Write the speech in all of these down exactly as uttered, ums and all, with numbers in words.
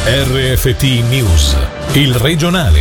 R F T News, il regionale.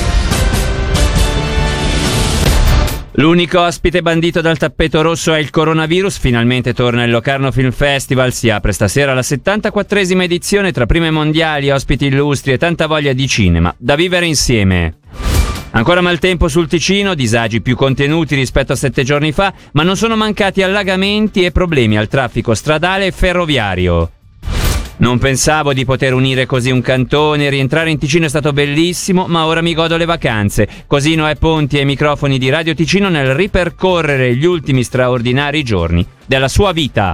L'unico ospite bandito dal tappeto rosso è il coronavirus. Finalmente torna il Locarno Film Festival. Si apre stasera la settantaquattresima edizione tra prime mondiali, ospiti illustri e tanta voglia di cinema da vivere insieme. Ancora maltempo sul Ticino, disagi più contenuti rispetto a sette giorni fa, ma non sono mancati allagamenti e problemi al traffico stradale e ferroviario. Non pensavo di poter unire così un cantone, rientrare in Ticino è stato bellissimo, ma ora mi godo le vacanze. Così Noè Ponti ai microfoni di Radio Ticino nel ripercorrere gli ultimi straordinari giorni della sua vita.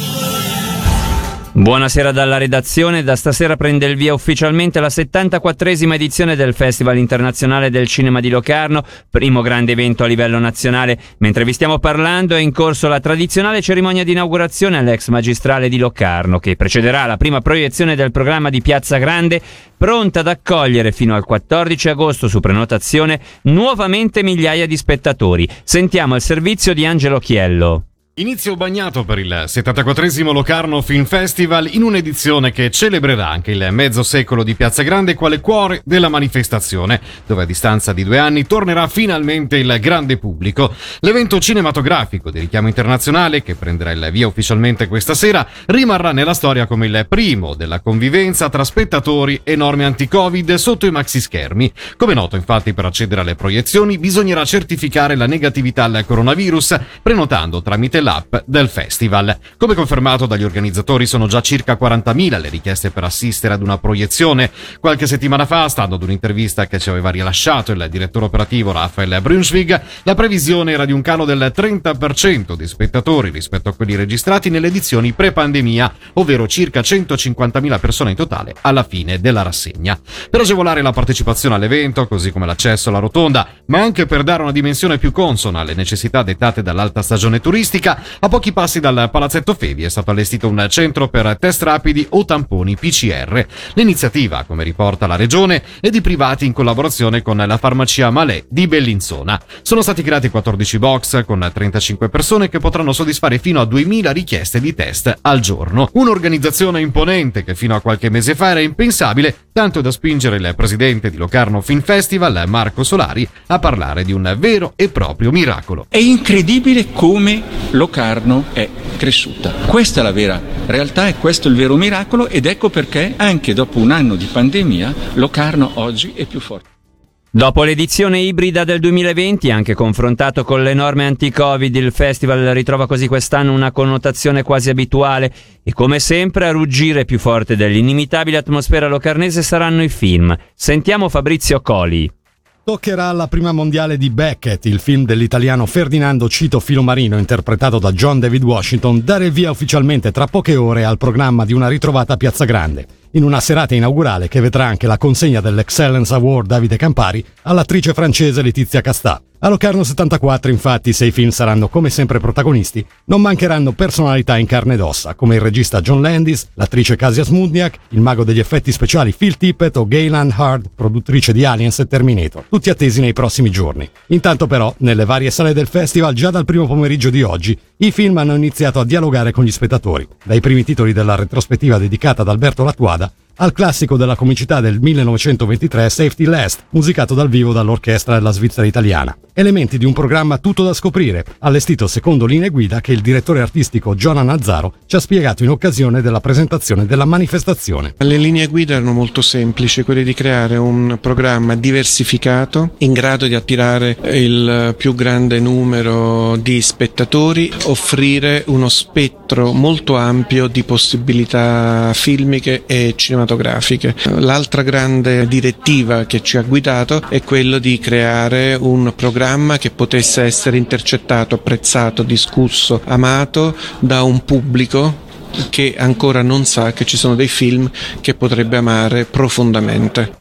Buonasera dalla redazione. Da stasera prende il via ufficialmente la settantaquattresima edizione del Festival Internazionale del Cinema di Locarno, primo grande evento a livello nazionale. Mentre vi stiamo parlando è in corso la tradizionale cerimonia di inaugurazione all'ex magistrale di Locarno, che precederà la prima proiezione del programma di Piazza Grande, pronta ad accogliere fino al quattordici agosto su prenotazione nuovamente migliaia di spettatori. Sentiamo il servizio di Angelo Chiello. Inizio bagnato per il settantaquattresimo Locarno Film Festival, in un'edizione che celebrerà anche il mezzo secolo di Piazza Grande quale cuore della manifestazione, dove a distanza di due anni tornerà finalmente il grande pubblico. L'evento cinematografico di richiamo internazionale, che prenderà il via ufficialmente questa sera, rimarrà nella storia come il primo della convivenza tra spettatori e norme anti-Covid sotto i maxischermi. Come noto, infatti, per accedere alle proiezioni bisognerà certificare la negatività al coronavirus prenotando tramite l'app del festival. Come confermato dagli organizzatori, sono già circa quarantamila le richieste per assistere ad una proiezione. Qualche settimana fa, stando ad un'intervista che ci aveva rilasciato il direttore operativo Raphael Brunschwig, la previsione era di un calo del trenta per cento di spettatori rispetto a quelli registrati nelle edizioni pre-pandemia, ovvero circa centocinquantamila persone in totale alla fine della rassegna. Per agevolare la partecipazione all'evento, così come l'accesso alla rotonda, ma anche per dare una dimensione più consona alle necessità dettate dall'alta stagione turistica, a pochi passi dal Palazzetto Fevi è stato allestito un centro per test rapidi o tamponi P C R. L'iniziativa, come riporta la Regione, è di privati in collaborazione con la farmacia Malè di Bellinzona. Sono stati creati quattordici box con trentacinque persone che potranno soddisfare fino a duemila richieste di test al giorno. Un'organizzazione imponente che fino a qualche mese fa era impensabile, tanto da spingere il presidente di Locarno Film Festival, Marco Solari, a parlare di un vero e proprio miracolo. È incredibile come Locarno è cresciuta. Questa è la vera realtà e questo è il vero miracolo, ed ecco perché anche dopo un anno di pandemia Locarno oggi è più forte. Dopo l'edizione ibrida del duemilaventi, anche confrontato con le norme anti-Covid, il festival ritrova così quest'anno una connotazione quasi abituale e, come sempre, a ruggire più forte dell'inimitabile atmosfera locarnese saranno i film. Sentiamo Fabrizio Coli. Toccherà alla prima mondiale di Beckett, il film dell'italiano Ferdinando Cito Filomarino, interpretato da John David Washington, dare il via ufficialmente tra poche ore al programma di una ritrovata Piazza Grande, in una serata inaugurale che vedrà anche la consegna dell'Excellence Award Davide Campari all'attrice francese Letizia Castà. A Locarno settantaquattro, infatti, i sei film saranno come sempre protagonisti. Non mancheranno personalità in carne ed ossa, come il regista John Landis, l'attrice Kasia Smudniak, il mago degli effetti speciali Phil Tippett o Gaylan Hard, produttrice di Aliens e Terminator, tutti attesi nei prossimi giorni. Intanto però, nelle varie sale del festival, già dal primo pomeriggio di oggi, i film hanno iniziato a dialogare con gli spettatori, dai primi titoli della retrospettiva dedicata ad Alberto Lattuada al classico della comicità del millenovecentoventitré Safety Last, musicato dal vivo dall'orchestra della Svizzera italiana. Elementi di un programma tutto da scoprire, allestito secondo linee guida che il direttore artistico Giona Nazzaro ci ha spiegato in occasione della presentazione della manifestazione. Le linee guida erano molto semplici, quelle di creare un programma diversificato, in grado di attirare il più grande numero di spettatori, offrire uno spettro molto ampio di possibilità filmiche e cinematografiche. L'altra grande direttiva che ci ha guidato è quello di creare un programma che potesse essere intercettato, apprezzato, discusso, amato da un pubblico che ancora non sa che ci sono dei film che potrebbe amare profondamente.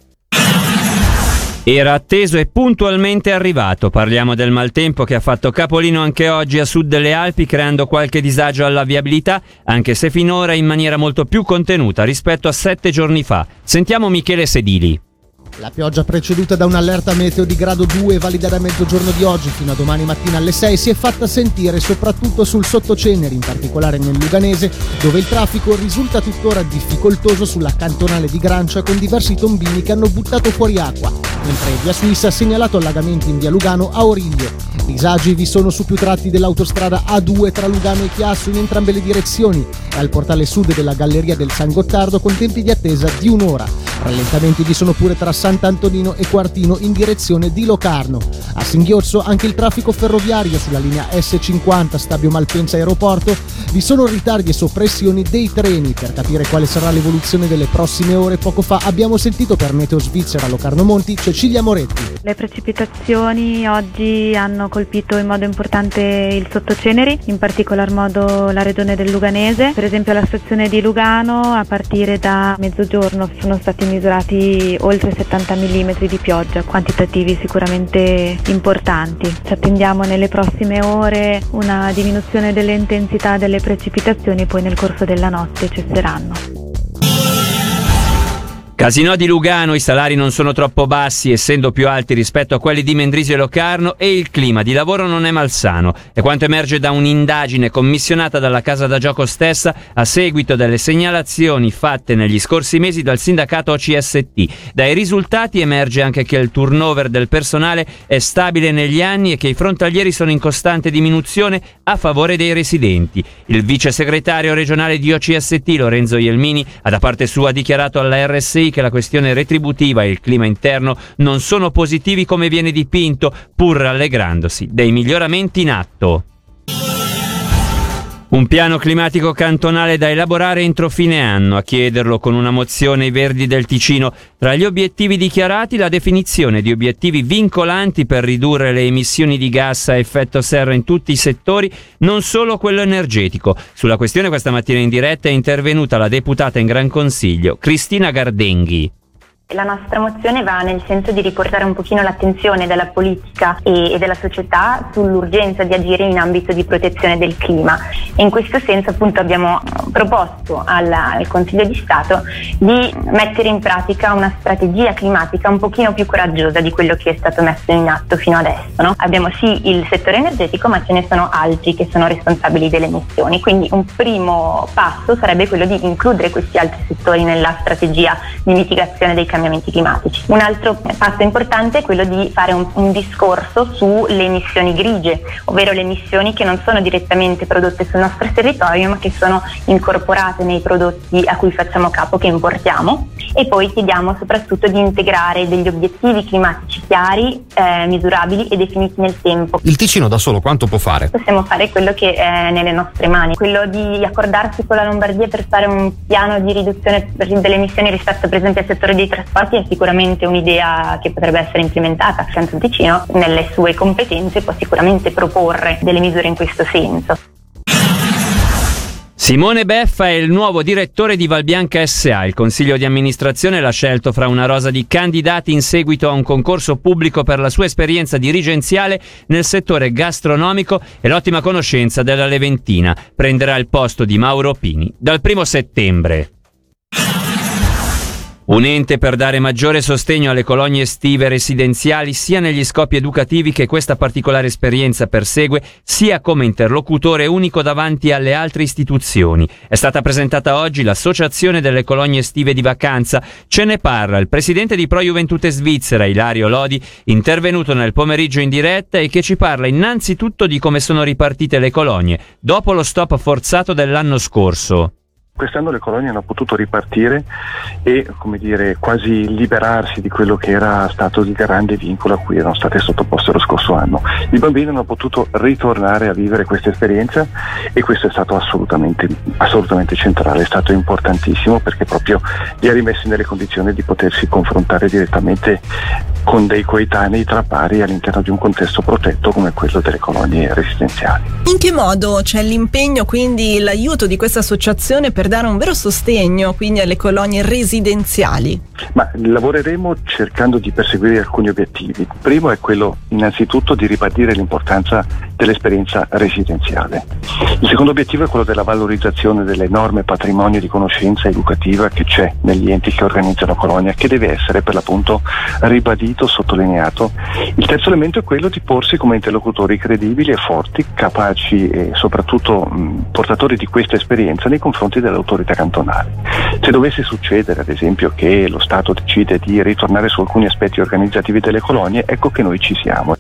Era atteso e puntualmente arrivato. Parliamo del maltempo che ha fatto capolino anche oggi a sud delle Alpi, creando qualche disagio alla viabilità, anche se finora in maniera molto più contenuta rispetto a sette giorni fa. Sentiamo Michele Sedili. La pioggia preceduta da un'allerta meteo di grado due valida da mezzogiorno di oggi fino a domani mattina alle sei si è fatta sentire soprattutto sul Sottoceneri, in particolare nel Luganese, dove il traffico risulta tuttora difficoltoso sulla cantonale di Grancia con diversi tombini che hanno buttato fuori acqua, mentre via Suisse ha segnalato allagamenti in via Lugano a Origlio. Disagi vi sono su più tratti dell'autostrada A due tra Lugano e Chiasso in entrambe le direzioni e al portale sud della Galleria del San Gottardo con tempi di attesa di un'ora. Rallentamenti vi sono pure tra Sant'Antonino e Quartino in direzione di Locarno. A Singhiozzo anche il traffico ferroviario sulla linea S cinquanta Stabio Malpensa Aeroporto. Vi sono ritardi e soppressioni dei treni. Per capire quale sarà l'evoluzione delle prossime ore, poco fa abbiamo sentito per Meteo Svizzera Locarno Monti Cecilia Moretti. Le precipitazioni oggi hanno colpito in modo importante il Sottoceneri, in particolar modo la regione del Luganese. Per esempio alla stazione di Lugano a partire da mezzogiorno sono stati misurati oltre settanta millimetri di pioggia, quantitativi sicuramente importanti. Ci attendiamo nelle prossime ore una diminuzione delle intensità delle precipitazioni, poi nel corso della notte cesseranno. Casinò di Lugano, i salari non sono troppo bassi, essendo più alti rispetto a quelli di Mendrisio e Locarno, e il clima di lavoro non è malsano. È quanto emerge da un'indagine commissionata dalla casa da gioco stessa a seguito delle segnalazioni fatte negli scorsi mesi dal sindacato O C S T. Dai risultati emerge anche che il turnover del personale è stabile negli anni e che i frontalieri sono in costante diminuzione a favore dei residenti. Il vice segretario regionale di O C S T, Lorenzo Ielmini, ha da parte sua dichiarato alla R S I che la questione retributiva e il clima interno non sono positivi come viene dipinto, pur rallegrandosi dei miglioramenti in atto. Un piano climatico cantonale da elaborare entro fine anno, a chiederlo con una mozione i Verdi del Ticino. Tra gli obiettivi dichiarati la definizione di obiettivi vincolanti per ridurre le emissioni di gas a effetto serra in tutti i settori, non solo quello energetico. Sulla questione questa mattina in diretta è intervenuta la deputata in Gran Consiglio, Cristina Gardenghi. La nostra mozione va nel senso di riportare un pochino l'attenzione della politica e, e della società sull'urgenza di agire in ambito di protezione del clima, e in questo senso appunto abbiamo proposto alla, al Consiglio di Stato di mettere in pratica una strategia climatica un pochino più coraggiosa di quello che è stato messo in atto fino adesso, no? Abbiamo sì il settore energetico, ma ce ne sono altri che sono responsabili delle emissioni, quindi un primo passo sarebbe quello di includere questi altri settori nella strategia di mitigazione dei cambiamenti climatici. Un altro passo importante è quello di fare un, un discorso sulle emissioni grigie, ovvero le emissioni che non sono direttamente prodotte sul nostro territorio ma che sono incorporate nei prodotti a cui facciamo capo, che importiamo, e poi chiediamo soprattutto di integrare degli obiettivi climatici chiari, eh, misurabili e definiti nel tempo. Il Ticino da solo quanto può fare? Possiamo fare quello che è nelle nostre mani, quello di accordarsi con la Lombardia per fare un piano di riduzione delle emissioni rispetto per esempio al settore dei trasporti è sicuramente un'idea che potrebbe essere implementata. Senza il Ticino, nelle sue competenze, può sicuramente proporre delle misure in questo senso. Simone Beffa è il nuovo direttore di Valbianca S A. Il consiglio di amministrazione l'ha scelto fra una rosa di candidati in seguito a un concorso pubblico per la sua esperienza dirigenziale nel settore gastronomico e l'ottima conoscenza della Leventina. Prenderà il posto di Mauro Pini dal primo settembre. Un ente per dare maggiore sostegno alle colonie estive residenziali sia negli scopi educativi che questa particolare esperienza persegue, sia come interlocutore unico davanti alle altre istituzioni. È stata presentata oggi l'Associazione delle Colonie Estive di Vacanza. Ce ne parla il presidente di Pro Juventute Svizzera, Ilario Lodi, intervenuto nel pomeriggio in diretta e che ci parla innanzitutto di come sono ripartite le colonie dopo lo stop forzato dell'anno scorso. Quest'anno le colonie hanno potuto ripartire e, come dire, quasi liberarsi di quello che era stato il grande vincolo a cui erano state sottoposte lo scorso anno. I bambini hanno potuto ritornare a vivere questa esperienza e questo è stato assolutamente, assolutamente centrale, è stato importantissimo perché proprio li ha rimessi nelle condizioni di potersi confrontare direttamente con dei coetanei tra pari all'interno di un contesto protetto come quello delle colonie residenziali. In che modo c'è l'impegno, quindi l'aiuto di questa associazione per dare un vero sostegno quindi alle colonie residenziali? Ma lavoreremo cercando di perseguire alcuni obiettivi. Il primo è quello innanzitutto di ribadire l'importanza dell'esperienza residenziale. Il secondo obiettivo è quello della valorizzazione dell'enorme patrimonio di conoscenza educativa che c'è negli enti che organizzano colonia, che deve essere per l'appunto ribadito, sottolineato. Il terzo elemento è quello di porsi come interlocutori credibili e forti, capaci e soprattutto mh, portatori di questa esperienza nei confronti delle autorità cantonali. Se dovesse succedere, ad esempio, che lo Stato decide di ritornare su alcuni aspetti organizzativi delle colonie, ecco che noi ci siamo.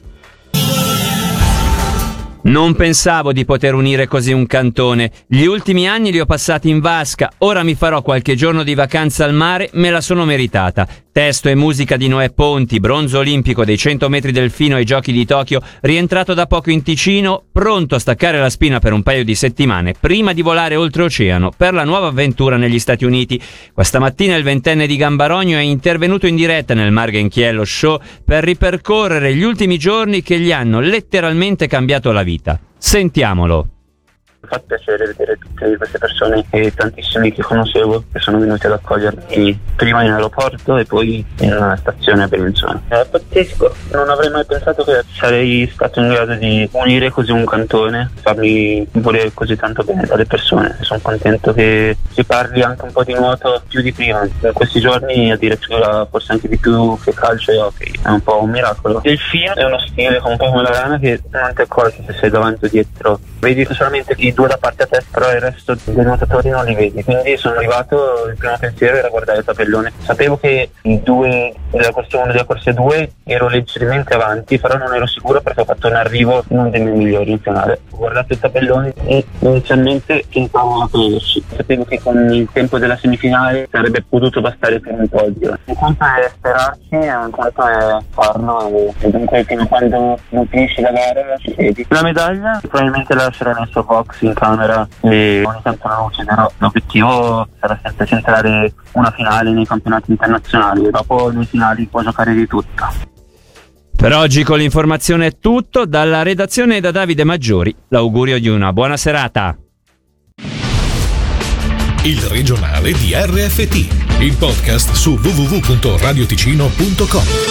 Non pensavo di poter unire così un cantone. Gli ultimi anni li ho passati in vasca, ora mi farò qualche giorno di vacanza al mare, me la sono meritata. Testo e musica di Noè Ponti, bronzo olimpico dei cento metri delfino ai Giochi di Tokyo, rientrato da poco in Ticino, pronto a staccare la spina per un paio di settimane, prima di volare oltreoceano per la nuova avventura negli Stati Uniti. Questa mattina il ventenne di Gambarogno è intervenuto in diretta nel Marghenchiello Show per ripercorrere gli ultimi giorni che gli hanno letteralmente cambiato la vita. Sentiamolo. Mi fa piacere vedere tutte queste persone e tantissimi che conoscevo che sono venuti ad accogliermi prima in aeroporto e poi in una stazione a Bellinzona. È pazzesco, non avrei mai pensato che sarei stato in grado di unire così un cantone, farmi volere così tanto bene dalle persone. Sono contento che si parli anche un po' di nuoto più di prima. In questi giorni addirittura forse anche di più che calcio e hockey, è un po' un miracolo. Il film è uno stile un po' come la rana che non ti accorgi se sei davanti o dietro, vedi solamente i due da parte a te, però il resto dei nuotatori non li vedi. Quindi sono arrivato, il primo pensiero era guardare il tabellone. Sapevo che i due della corsa uno e della corsa due ero leggermente avanti, però non ero sicuro perché ho fatto un arrivo non dei miei migliori in finale. Ho guardato il tabellone e inizialmente pensavo a crederci. Sapevo che con il tempo della semifinale sarebbe potuto bastare per un podio. Un conto è sperarci e un conto è farlo, e dunque fino a quando non finisci la gara ci vedi. La medaglia probabilmente la lascerò nel suo box in camera e ogni tanto la ucciderò. L'obiettivo sarà sempre centrare una finale nei campionati internazionali e dopo le finali può giocare di tutto. Per oggi con l'informazione è tutto. Dalla redazione da Davide Maggiori l'augurio di una buona serata. Il regionale di R F T, il podcast su w w w punto radioticino punto com.